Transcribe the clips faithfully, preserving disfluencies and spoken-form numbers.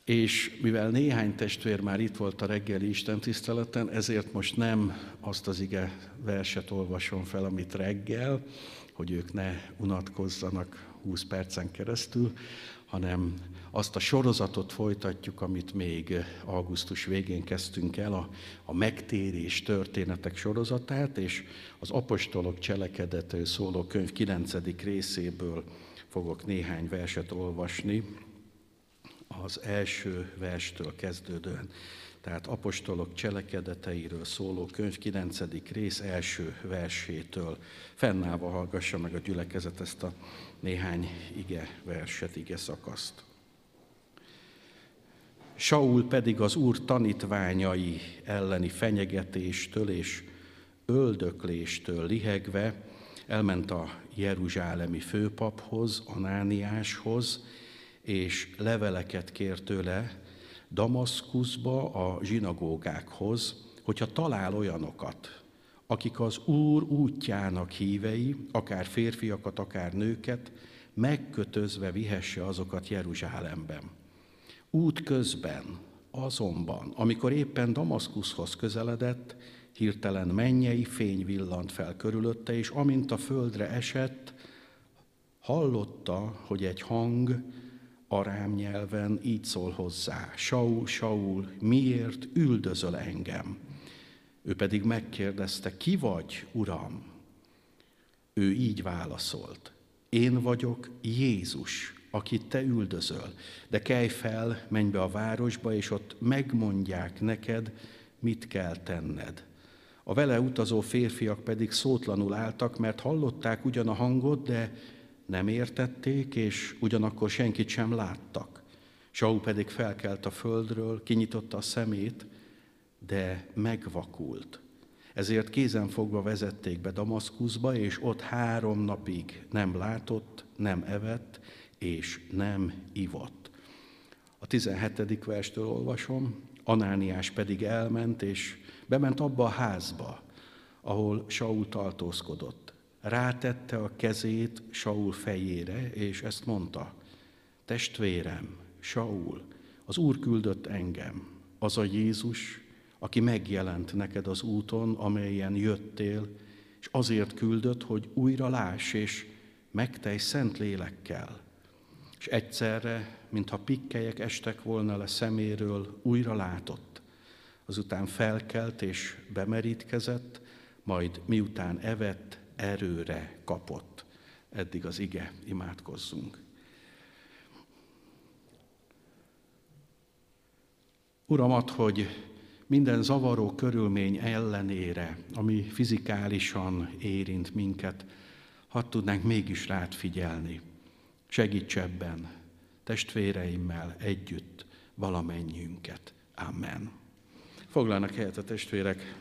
És mivel néhány testvér már itt volt a reggeli istentiszteleten, ezért most nem azt az ige verset olvasom fel, amit reggel, hogy ők ne unatkozzanak húsz percen keresztül, hanem azt a sorozatot folytatjuk, amit még augusztus végén kezdtünk el, a, a megtérés történetek sorozatát, és az apostolok cselekedetről szóló könyv kilencedik részéből fogok néhány verset olvasni, az első verstől kezdődően. Tehát apostolok cselekedeteiről szóló könyv kilencedik rész első versétől. Fennállva hallgassa meg a gyülekezet ezt a néhány ige verset, ige szakaszt. Saul pedig az Úr tanítványai elleni fenyegetéstől és öldökléstől lihegve elment a jeruzsálemi főpaphoz, Anániáshoz, és leveleket kért tőle Damaszkuszba a zsinagógákhoz, hogyha talál olyanokat, akik az Úr útjának hívei, akár férfiakat, akár nőket, megkötözve vihesse azokat Jeruzsálemben. Út közben, azonban, amikor éppen Damaszkuszhoz közeledett, hirtelen mennyei fény villant fel körülötte, és amint a földre esett, hallotta, hogy egy hang arám nyelven így szól hozzá: Saul, Saul, miért üldözöl engem? Ő pedig megkérdezte: ki vagy, Uram? Ő így válaszolt: én vagyok Jézus, akit te üldözöl, de kelj fel, menj be a városba, és ott megmondják neked, mit kell tenned. A vele utazó férfiak pedig szótlanul álltak, mert hallották ugyan a hangot, de nem értették, és ugyanakkor senkit sem láttak. Saul pedig felkelt a földről, kinyitotta a szemét, de megvakult. Ezért kézenfogva vezették be Damaszkuszba, és ott három napig nem látott, nem evett, és nem ivott. A tizenhetedik verstől olvasom: Anániás pedig elment, és bement abba a házba, ahol Saul tartózkodott. Rátette a kezét Saul fejére, és ezt mondta: testvérem, Saul, az Úr küldött engem, az a Jézus, aki megjelent neked az úton, amelyen jöttél, és azért küldött, hogy újra láss, és megtelj szent lélekkel. És egyszerre, mintha pikkelyek estek volna le szeméről, újra látott. Azután felkelt és bemerítkezett, majd miután evett, erőre kapott. Eddig az ige, imádkozzunk. Uram, add, hogy minden zavaró körülmény ellenére, ami fizikálisan érint minket, hadd tudnánk mégis rád figyelni. Segíts ebben, testvéreimmel együtt valamennyiünket. Amen. Foglalnak helyet a testvérek.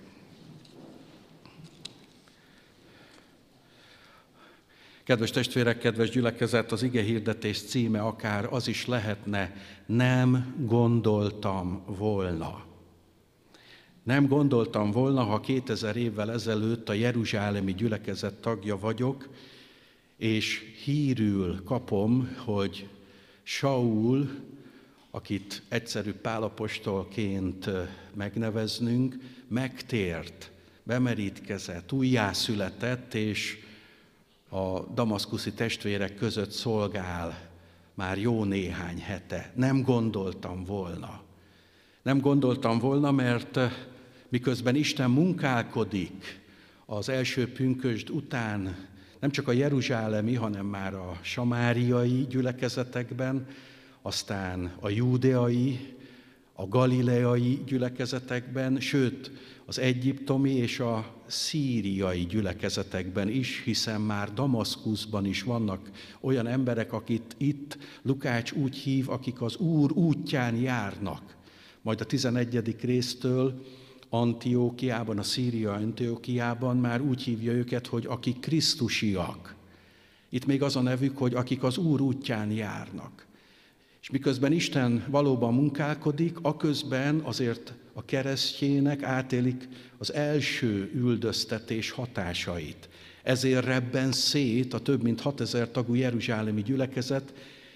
Kedves testvérek, kedves gyülekezet, az ige hirdetés címe akár az is lehetne: nem gondoltam volna. Nem gondoltam volna, ha kétezer évvel ezelőtt a jeruzsálemi gyülekezet tagja vagyok, és hírül kapom, hogy Saul, akit egyszerű Pál apostolként megneveznünk, megtért, bemerítkezett, újjászületett, és a damaszkuszi testvérek között szolgál már jó néhány hete. Nem gondoltam volna. Nem gondoltam volna, mert miközben Isten munkálkodik az első pünkösd után, nem csak a jeruzsálemi, hanem már a samáriai gyülekezetekben, aztán a júdeai, a galileai gyülekezetekben, sőt, az egyiptomi és a szíriai gyülekezetekben is, hiszen már Damaszkuszban is vannak olyan emberek, akit itt Lukács úgy hív, akik az Úr útján járnak. Majd a tizenegyedik résztől Antiókiában, a Szíria Antiókiában már úgy hívja őket, hogy akik krisztusiak. Itt még az a nevük, hogy akik az Úr útján járnak. És miközben Isten valóban munkálkodik, aközben azért a keresztjének átélik az első üldöztetés hatásait. Ezért rebben szét a több mint hatezer tagú jeruzsálemi gyülekezet,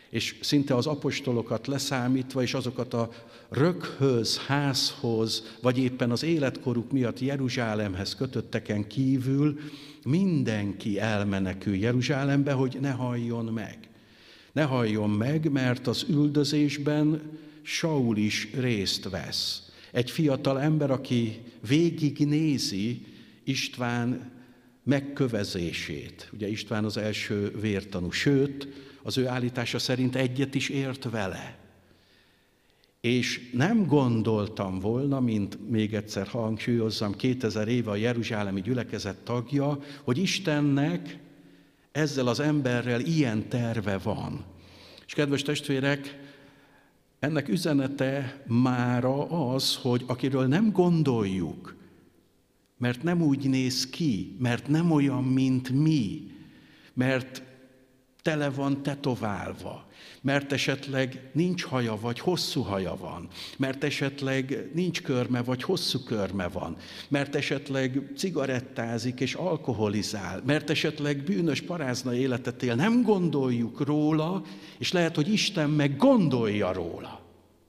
és szinte az apostolokat leszámítva, és azokat a rökhöz, házhoz, vagy éppen az életkoruk miatt Jeruzsálemhez kötötteken kívül mindenki elmenekül Jeruzsálembe, hogy ne halljon meg. Ne halljon meg, mert az üldözésben Saul is részt vesz. Egy fiatal ember, aki végignézi István megkövezését. Ugye István az első vértanú, sőt, az ő állítása szerint egyet is ért vele. És nem gondoltam volna, mint még egyszer hangsúlyozzam, kétezer éve a jeruzsálemi gyülekezet tagja, hogy Istennek ezzel az emberrel ilyen terve van. És kedves testvérek, ennek üzenete mára az, hogy akiről nem gondoljuk, mert nem úgy néz ki, mert nem olyan, mint mi, mert tele van tetoválva, mert esetleg nincs haja, vagy hosszú haja van, mert esetleg nincs körme, vagy hosszú körme van, mert esetleg cigarettázik és alkoholizál, mert esetleg bűnös parázna életet él, nem gondoljuk róla, és lehet, hogy Isten meg gondolja róla.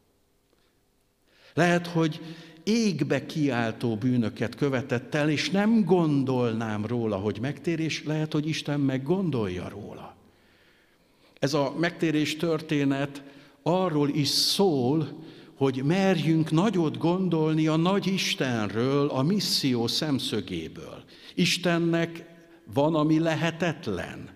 Lehet, hogy égbe kiáltó bűnöket követett el, és nem gondolnám róla, hogy megtér, és lehet, hogy Isten meg gondolja róla. Ez a megtérés történet arról is szól, hogy merjünk nagyot gondolni a nagy Istenről, a misszió szemszögéből. Istennek van, ami lehetetlen.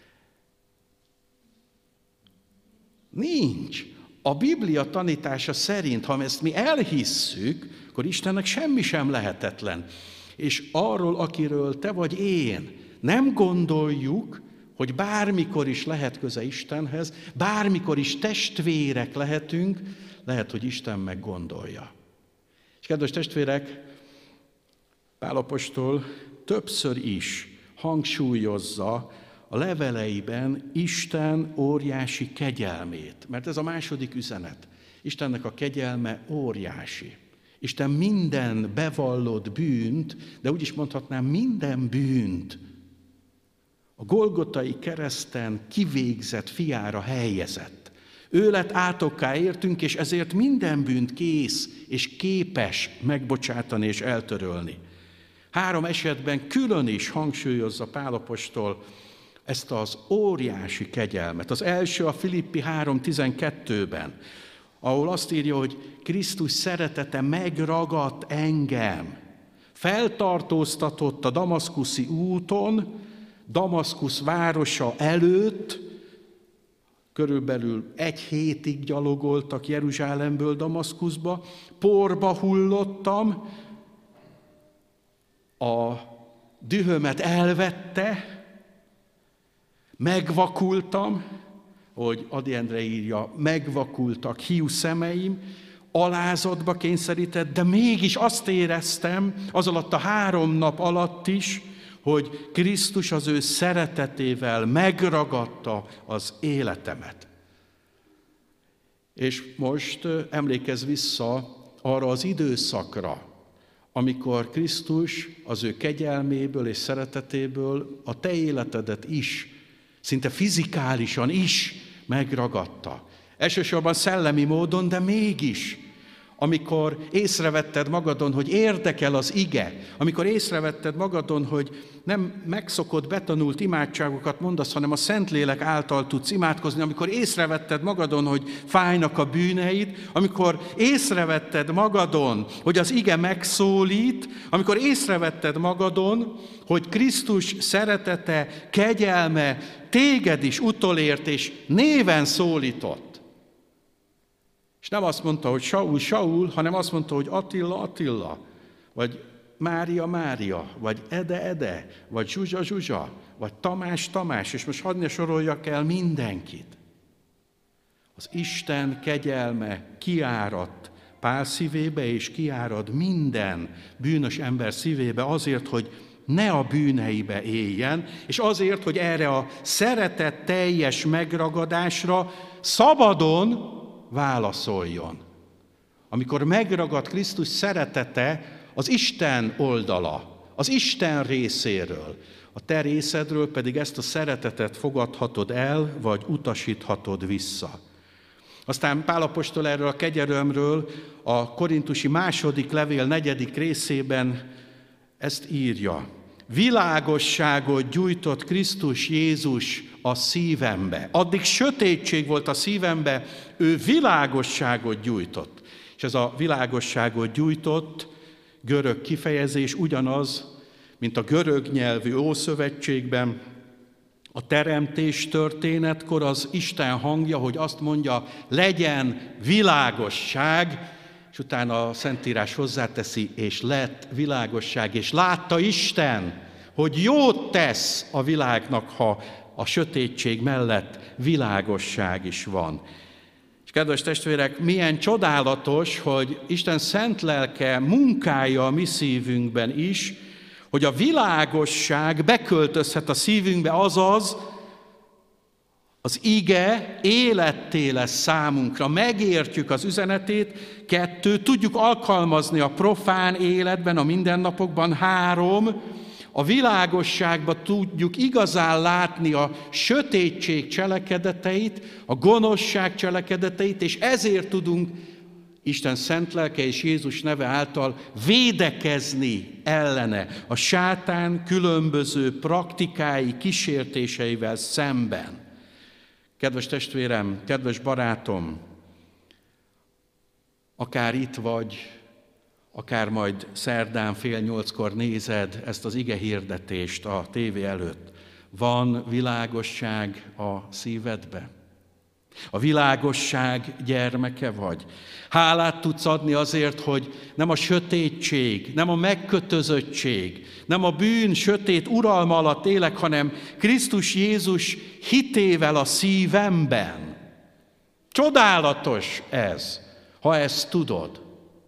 Nincs. A Biblia tanítása szerint, ha ezt mi elhisszük, akkor Istennek semmi sem lehetetlen. És arról, akiről te vagy én nem gondoljuk, hogy bármikor is lehet köze Istenhez, bármikor is testvérek lehetünk, lehet, hogy Isten meggondolja. És kedves testvérek, Pál apostol többször is hangsúlyozza a leveleiben Isten óriási kegyelmét, mert ez a második üzenet. Istennek a kegyelme óriási. Isten minden bevallott bűnt, de úgy is mondhatnám, minden bűnt a Golgotai kereszten kivégzett fiára helyezett. Ő lett átokká értünk, és ezért minden bűnt kész és képes megbocsátani és eltörölni. Három esetben külön is hangsúlyozza Pál apostol ezt az óriási kegyelmet. Az első a Filippi három tizenkettőben, ahol azt írja, hogy Krisztus szeretete megragadt engem, feltartóztatott a damaszkuszi úton, Damaszkusz városa előtt, körülbelül egy hétig gyalogoltak Jeruzsálemből Damaszkuszba, porba hullottam, a dühömet elvette, megvakultam, hogy Ady Endre írja, megvakultak hiú szemeim, alázatba kényszerített, de mégis azt éreztem, az alatt a három nap alatt is, hogy Krisztus az ő szeretetével megragadta az életemet. És most emlékezz vissza arra az időszakra, amikor Krisztus az ő kegyelméből és szeretetéből a te életedet is, szinte fizikálisan is megragadta. Elsősorban szellemi módon, de mégis, amikor észrevetted magadon, hogy érdekel az ige, amikor észrevetted magadon, hogy nem megszokott, betanult imádságokat mondasz, hanem a Szentlélek által tudsz imádkozni, amikor észrevetted magadon, hogy fájnak a bűneid, amikor észrevetted magadon, hogy az ige megszólít, amikor észrevetted magadon, hogy Krisztus szeretete, kegyelme téged is utolért és néven szólított. És nem azt mondta, hogy Saul, Saul, hanem azt mondta, hogy Attila, Attila, vagy Mária, Mária, vagy Ede, Ede, vagy Zsuzsa, Zsuzsa, vagy Tamás, Tamás, és most hadd ne soroljak el mindenkit. Az Isten kegyelme kiáradt Pál szívébe, és kiárad minden bűnös ember szívébe azért, hogy ne a bűneibe éljen, és azért, hogy erre a szeretet teljes megragadásra szabadon válaszoljon. Amikor megragad Krisztus szeretete, az Isten oldala, az Isten részéről. A te részedről pedig ezt a szeretetet fogadhatod el, vagy utasíthatod vissza. Aztán Pál apostol erről a kegyelmről a korintusi második levél negyedik részében ezt írja. Világosságot gyújtott Krisztus Jézus a szívembe. Addig sötétség volt a szívembe, ő világosságot gyújtott. És ez a világosságot gyújtott görög kifejezés ugyanaz, mint a görög nyelvű Ószövetségben. A teremtés történetkor az Isten hangja, hogy azt mondja, legyen világosság, és utána a Szentírás hozzáteszi, és lett világosság, és látta Isten, hogy jót tesz a világnak, ha a sötétség mellett világosság is van. És kedves testvérek, milyen csodálatos, hogy Isten szent lelke munkálja a mi szívünkben is, hogy a világosság beköltözhet a szívünkbe, azaz az ige életté lesz számunkra, megértjük az üzenetét, kettő, tudjuk alkalmazni a profán életben, a mindennapokban, három, a világosságba tudjuk igazán látni a sötétség cselekedeteit, a gonoszság cselekedeteit, és ezért tudunk Isten szent lelke és Jézus neve által védekezni ellene, a sátán különböző praktikái, kísértéseivel szemben. Kedves testvérem, kedves barátom, akár itt vagy, akár majd szerdán fél nyolckor nézed ezt az ige hirdetést a tévé előtt, van világosság a szívedbe? A világosság gyermeke vagy. Hálát tudsz adni azért, hogy nem a sötétség, nem a megkötözöttség, nem a bűn sötét uralma alatt élek, hanem Krisztus Jézus hitével a szívemben. Csodálatos ez, ha ezt tudod.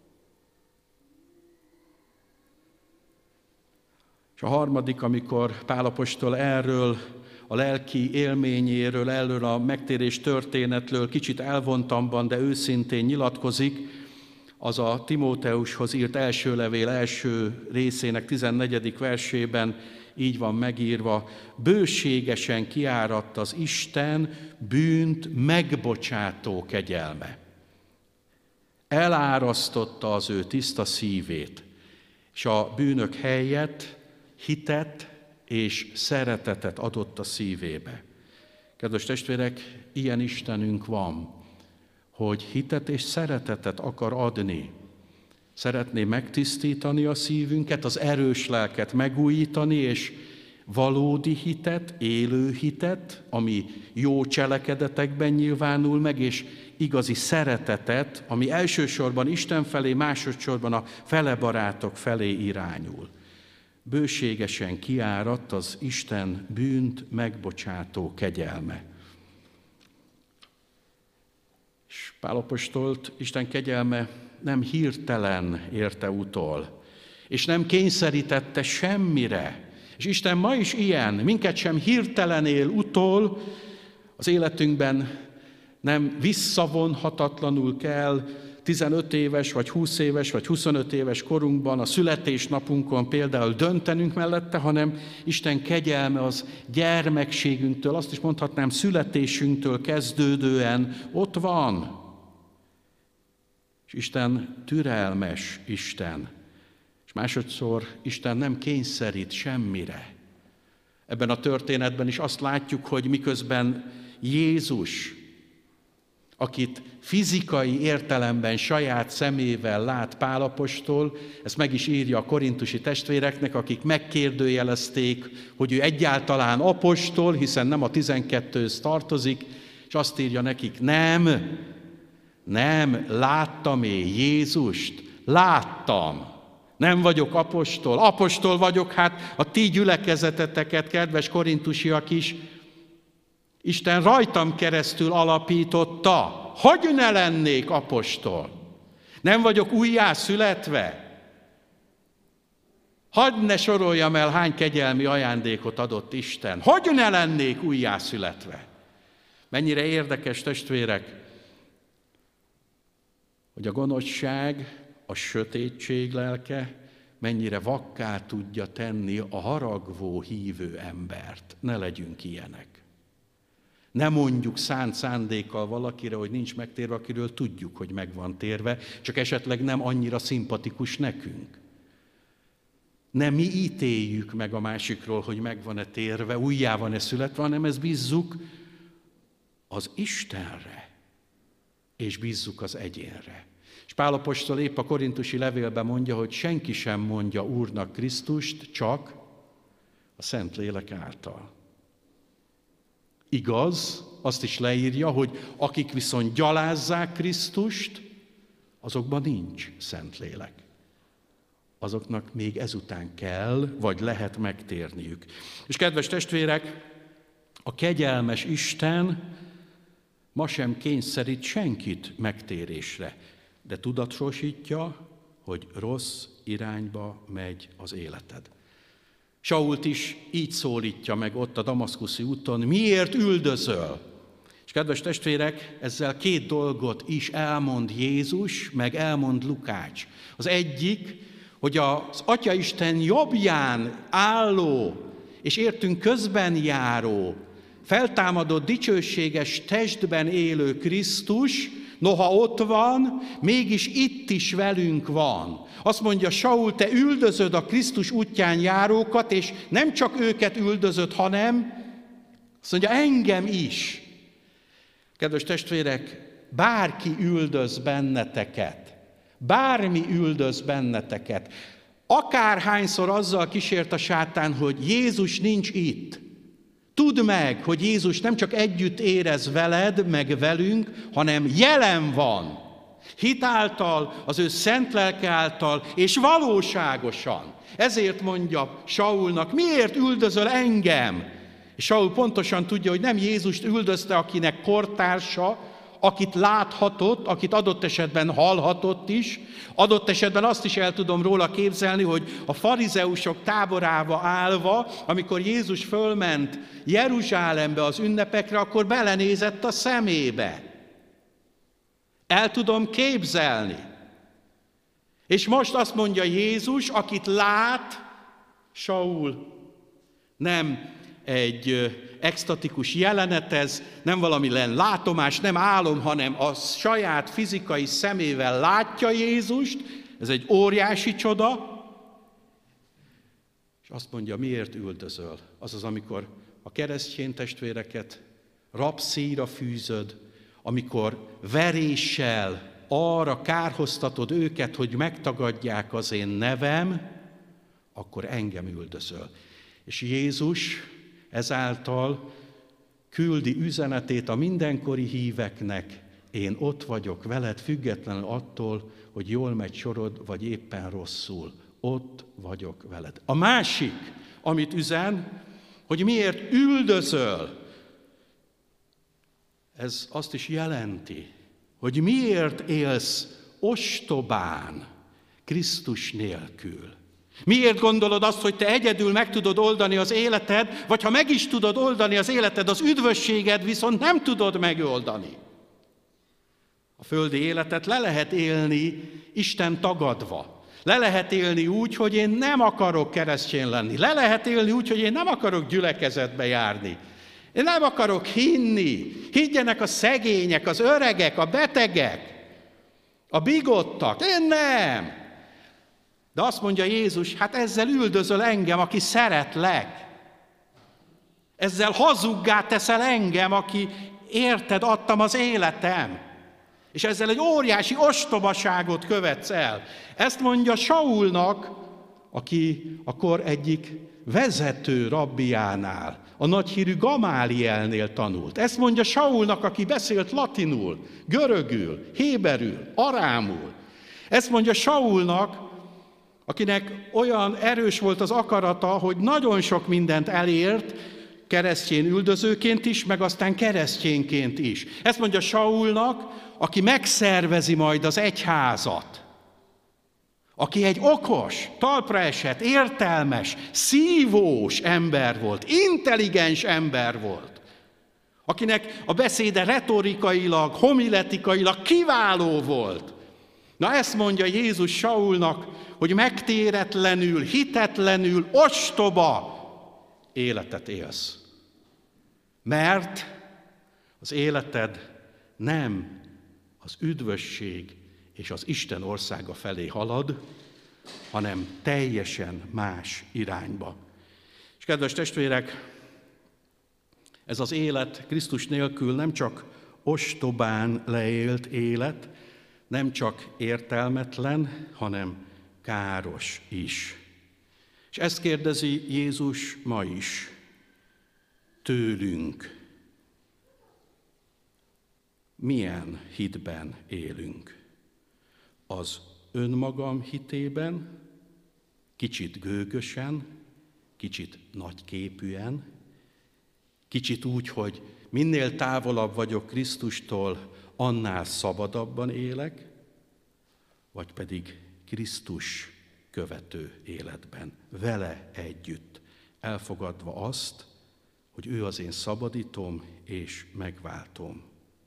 És a harmadik, amikor Pál apostol erről a lelki élményéről, erről a megtérés történetről kicsit elvontamban, de őszintén nyilatkozik, az a Timóteushoz írt első levél első részének tizennegyedik versében így van megírva, bőségesen kiáradt az Isten bűnt megbocsátó kegyelme. Elárasztotta az ő tiszta szívét, és a bűnök helyett hitet és szeretetet adott a szívébe. Kedves testvérek, ilyen Istenünk van, hogy hitet és szeretetet akar adni. Szeretné megtisztítani a szívünket, az erős lelket megújítani, és valódi hitet, élő hitet, ami jó cselekedetekben nyilvánul meg, és igazi szeretetet, ami elsősorban Isten felé, másodszorban a felebarátok felé irányul. Bőségesen kiáradt az Isten bűnt megbocsátó kegyelme. És Pál apostolt Isten kegyelme nem hirtelen érte utol, és nem kényszerítette semmire. És Isten ma is ilyen, minket sem hirtelen él utol, az életünkben nem visszavonhatatlanul kell, tizenöt éves, vagy húsz éves, vagy huszonöt éves korunkban, a születésnapunkon például döntenünk mellette, hanem Isten kegyelme az gyermekségünktől, azt is mondhatnám születésünktől kezdődően ott van. És Isten türelmes Isten. És másodszor Isten nem kényszerít semmire. Ebben a történetben is azt látjuk, hogy miközben Jézus, akit fizikai értelemben saját szemével lát Pál apostol, ezt meg is írja a korintusi testvéreknek, akik megkérdőjelezték, hogy ő egyáltalán apostol, hiszen nem a tizenkettőhöz tartozik, és azt írja nekik, nem, nem, láttam én Jézust, láttam, nem vagyok apostol, apostol vagyok, hát a ti gyülekezeteteket, kedves korintusiak is, Isten rajtam keresztül alapította. Hogy ne lennék apostol? Nem vagyok újjászületve? Hadd ne soroljam el, hány kegyelmi ajándékot adott Isten. Hogy ne lennék újjászületve? Mennyire érdekes, testvérek, hogy a gonoszság, a sötétség lelke mennyire vakká tudja tenni a haragvó hívő embert. Ne legyünk ilyenek. Ne mondjuk szánt szándékkal valakire, hogy nincs megtérve, akiről tudjuk, hogy meg van térve, csak esetleg nem annyira szimpatikus nekünk. Nem mi ítéljük meg a másikról, hogy meg van-e térve, újjá van-e születve, hanem ezt bízzuk az Istenre, és bízzuk az egyénre. És Pál apostol épp a korintusi levélben mondja, hogy senki sem mondja Úrnak Krisztust, csak a Szentlélek által. Igaz, azt is leírja, hogy akik viszont gyalázzák Krisztust, azokban nincs Szentlélek. Azoknak még ezután kell, vagy lehet megtérniük. És kedves testvérek, a kegyelmes Isten ma sem kényszerít senkit megtérésre, de tudatosítja, hogy rossz irányba megy az életed. Sault is így szólítja meg ott a damaszkuszi úton, miért üldözöl? És kedves testvérek, ezzel két dolgot is elmond Jézus, meg elmond Lukács. Az egyik, hogy az Atyaisten jobbján álló és értünk közben járó, feltámadott dicsőséges testben élő Krisztus, noha ott van, mégis itt is velünk van. Azt mondja, Saul, te üldözöd a Krisztus útján járókat, és nem csak őket üldözöd, hanem azt mondja, engem is. Kedves testvérek, bárki üldöz benneteket, bármi üldöz benneteket, akárhányszor azzal kísért a sátán, hogy Jézus nincs itt. Tudd meg, hogy Jézus nem csak együtt érez veled, meg velünk, hanem jelen van. Hit által, az ő szent lelke által, és valóságosan. Ezért mondja Saulnak, miért üldözöl engem? És Saul pontosan tudja, hogy nem Jézust üldözte, akinek kortársa, akit láthatott, akit adott esetben hallhatott is, adott esetben azt is el tudom róla képzelni, hogy a farizeusok táborába állva, amikor Jézus fölment Jeruzsálembe az ünnepekre, akkor belenézett a szemébe. El tudom képzelni. És most azt mondja Jézus, akit lát, Saul, nem egy extatikus jelenet ez, nem valami látomás, nem álom, hanem a saját fizikai szemével látja Jézust, ez egy óriási csoda, és azt mondja, miért üldözöl? Azaz, amikor a keresztény testvéreket rabszíjra fűzöd, amikor veréssel arra kárhoztatod őket, hogy megtagadják az én nevem, akkor engem üldözöl. És Jézus ezáltal küldi üzenetét a mindenkori híveknek, én ott vagyok veled, függetlenül attól, hogy jól megy sorod, vagy éppen rosszul. Ott vagyok veled. A másik, amit üzen, hogy miért üldözöl, ez azt is jelenti, hogy miért élsz ostobán Krisztus nélkül. Miért gondolod azt, hogy te egyedül meg tudod oldani az életed, vagy ha meg is tudod oldani az életed, az üdvösséged viszont nem tudod megoldani. A földi életet le lehet élni Isten tagadva. Le lehet élni úgy, hogy én nem akarok keresztény lenni. Le lehet élni úgy, hogy én nem akarok gyülekezetbe járni. Én nem akarok hinni. Higgyenek a szegények, az öregek, a betegek, a bigottak. Én nem. De azt mondja Jézus, hát ezzel üldözöl engem, aki szeretlek. Ezzel hazuggá teszel engem, aki érted, adtam az életem. És ezzel egy óriási ostobaságot követsz el. Ezt mondja Saulnak, aki akkor egyik vezető rabbiánál, a nagyhírű Gamálielnél tanult. Ezt mondja Saulnak, aki beszélt latinul, görögül, héberül, arámul. Ezt mondja Saulnak, akinek olyan erős volt az akarata, hogy nagyon sok mindent elért, keresztény üldözőként is, meg aztán keresztényként is. Ezt mondja Saulnak, aki megszervezi majd az egyházat. Aki egy okos, talpra esett, értelmes, szívós ember volt, intelligens ember volt. Akinek a beszéde retorikailag, homiletikailag kiváló volt. Na ezt mondja Jézus Saulnak, hogy megtéretlenül, hitetlenül, ostoba életet élsz. Mert az életed nem az üdvösség és az Isten országa felé halad, hanem teljesen más irányba. És kedves testvérek, ez az élet Krisztus nélkül nem csak ostobán leélt élet, nem csak értelmetlen, hanem káros is. És ezt kérdezi Jézus ma is tőlünk. Milyen hitben élünk? Az önmagam hitében, kicsit gőgösen, kicsit nagyképűen, kicsit úgy, hogy minél távolabb vagyok Krisztustól, annál szabadabban élek, vagy pedig Krisztus követő életben, vele együtt, elfogadva azt, hogy ő az én szabadítom és megváltom.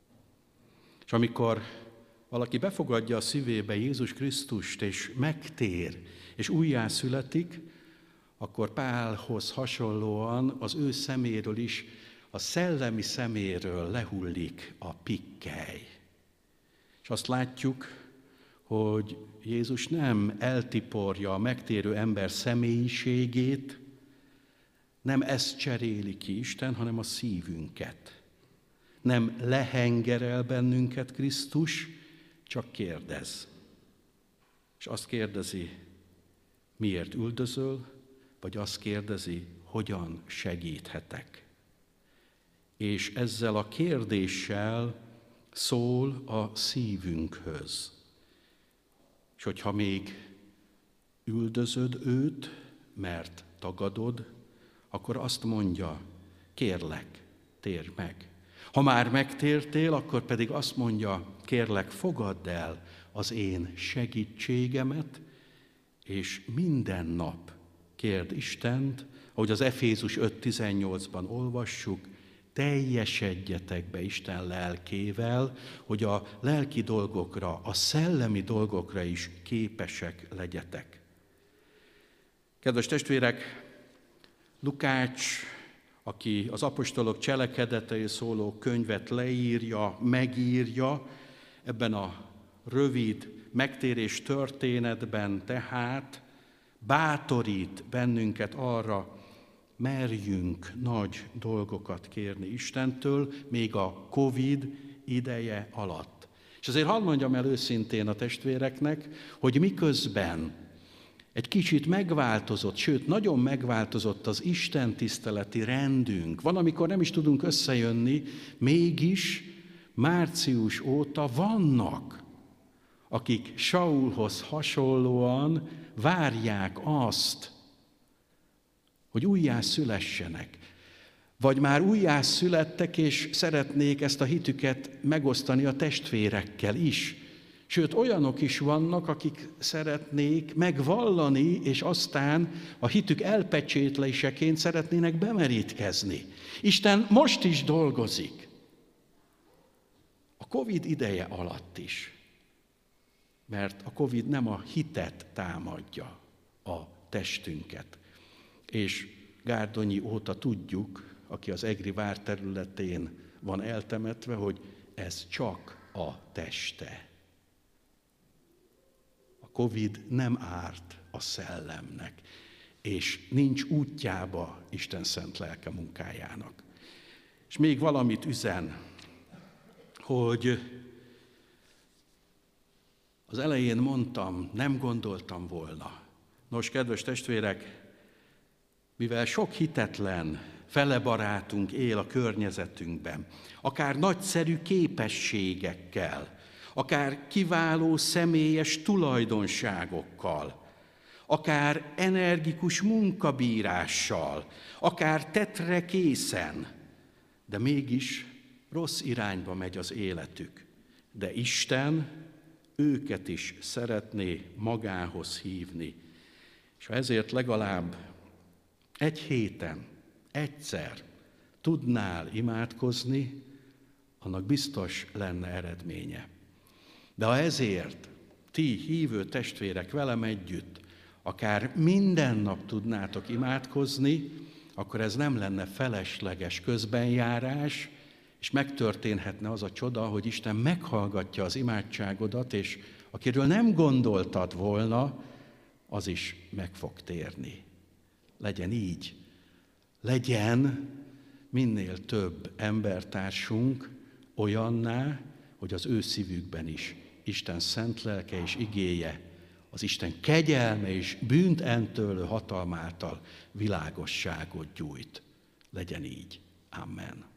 És amikor valaki befogadja a szívébe Jézus Krisztust, és megtér, és újjászületik, akkor Pálhoz hasonlóan az ő szeméről is, a szellemi szeméről lehullik a pikkely. És azt látjuk, hogy Jézus nem eltiporja a megtérő ember személyiségét, nem ezt cseréli ki Isten, hanem a szívünket. Nem lehengerel bennünket Krisztus, csak kérdez. És azt kérdezi, miért üldözöl, vagy azt kérdezi, hogyan segíthetek. És ezzel a kérdéssel szól a szívünkhöz. És hogyha még üldözöd őt, mert tagadod, akkor azt mondja, kérlek, térj meg. Ha már megtértél, akkor pedig azt mondja, kérlek, fogadd el az én segítségemet, és minden nap kérd Istent, ahogy az Efézus öt tizennyolcban olvassuk, teljesedjetek be Isten lelkével, hogy a lelki dolgokra, a szellemi dolgokra is képesek legyetek. Kedves testvérek, Lukács, aki az apostolok cselekedetei szóló könyvet leírja, megírja, ebben a rövid megtérés történetben tehát bátorít bennünket arra, merjünk nagy dolgokat kérni Istentől, még a Covid ideje alatt. És azért hadd mondjam el őszintén a testvéreknek, hogy miközben egy kicsit megváltozott, sőt, nagyon megváltozott az Isten tiszteleti rendünk, van, amikor nem is tudunk összejönni, mégis március óta vannak, akik Saulhoz hasonlóan várják azt, hogy újjászülessenek, vagy már újjászülettek, és szeretnék ezt a hitüket megosztani a testvérekkel is. Sőt, olyanok is vannak, akik szeretnék megvallani, és aztán a hitük elpecsétléseként szeretnének bemerítkezni. Isten most is dolgozik. A Covid ideje alatt is. Mert a Covid nem a hitet támadja, a testünket. És Gárdonyi óta tudjuk, aki az Egri vár területén van eltemetve, hogy ez csak a teste. A Covid nem árt a szellemnek, és nincs útjába Isten szent lelke munkájának. És még valamit üzen, hogy az elején mondtam, nem gondoltam volna. Nos, kedves testvérek, mivel sok hitetlen fele barátunk él a környezetünkben, akár nagyszerű képességekkel, akár kiváló személyes tulajdonságokkal, akár energikus munkabírással, akár tetre készen, de mégis rossz irányba megy az életük. De Isten őket is szeretné magához hívni. És ha ezért legalább egy héten, egyszer tudnál imádkozni, annak biztos lenne eredménye. De ha ezért ti hívő testvérek velem együtt, akár minden nap tudnátok imádkozni, akkor ez nem lenne felesleges közbenjárás, és megtörténhetne az a csoda, hogy Isten meghallgatja az imádságodat, és akiről nem gondoltad volna, az is meg fog térni. Legyen így. Legyen minél több embertársunk olyanná, hogy az ő szívükben is Isten szent lelke és igéje, az Isten kegyelme és bűnt eltörlő hatalmáltal világosságot gyújt. Legyen így. Amen.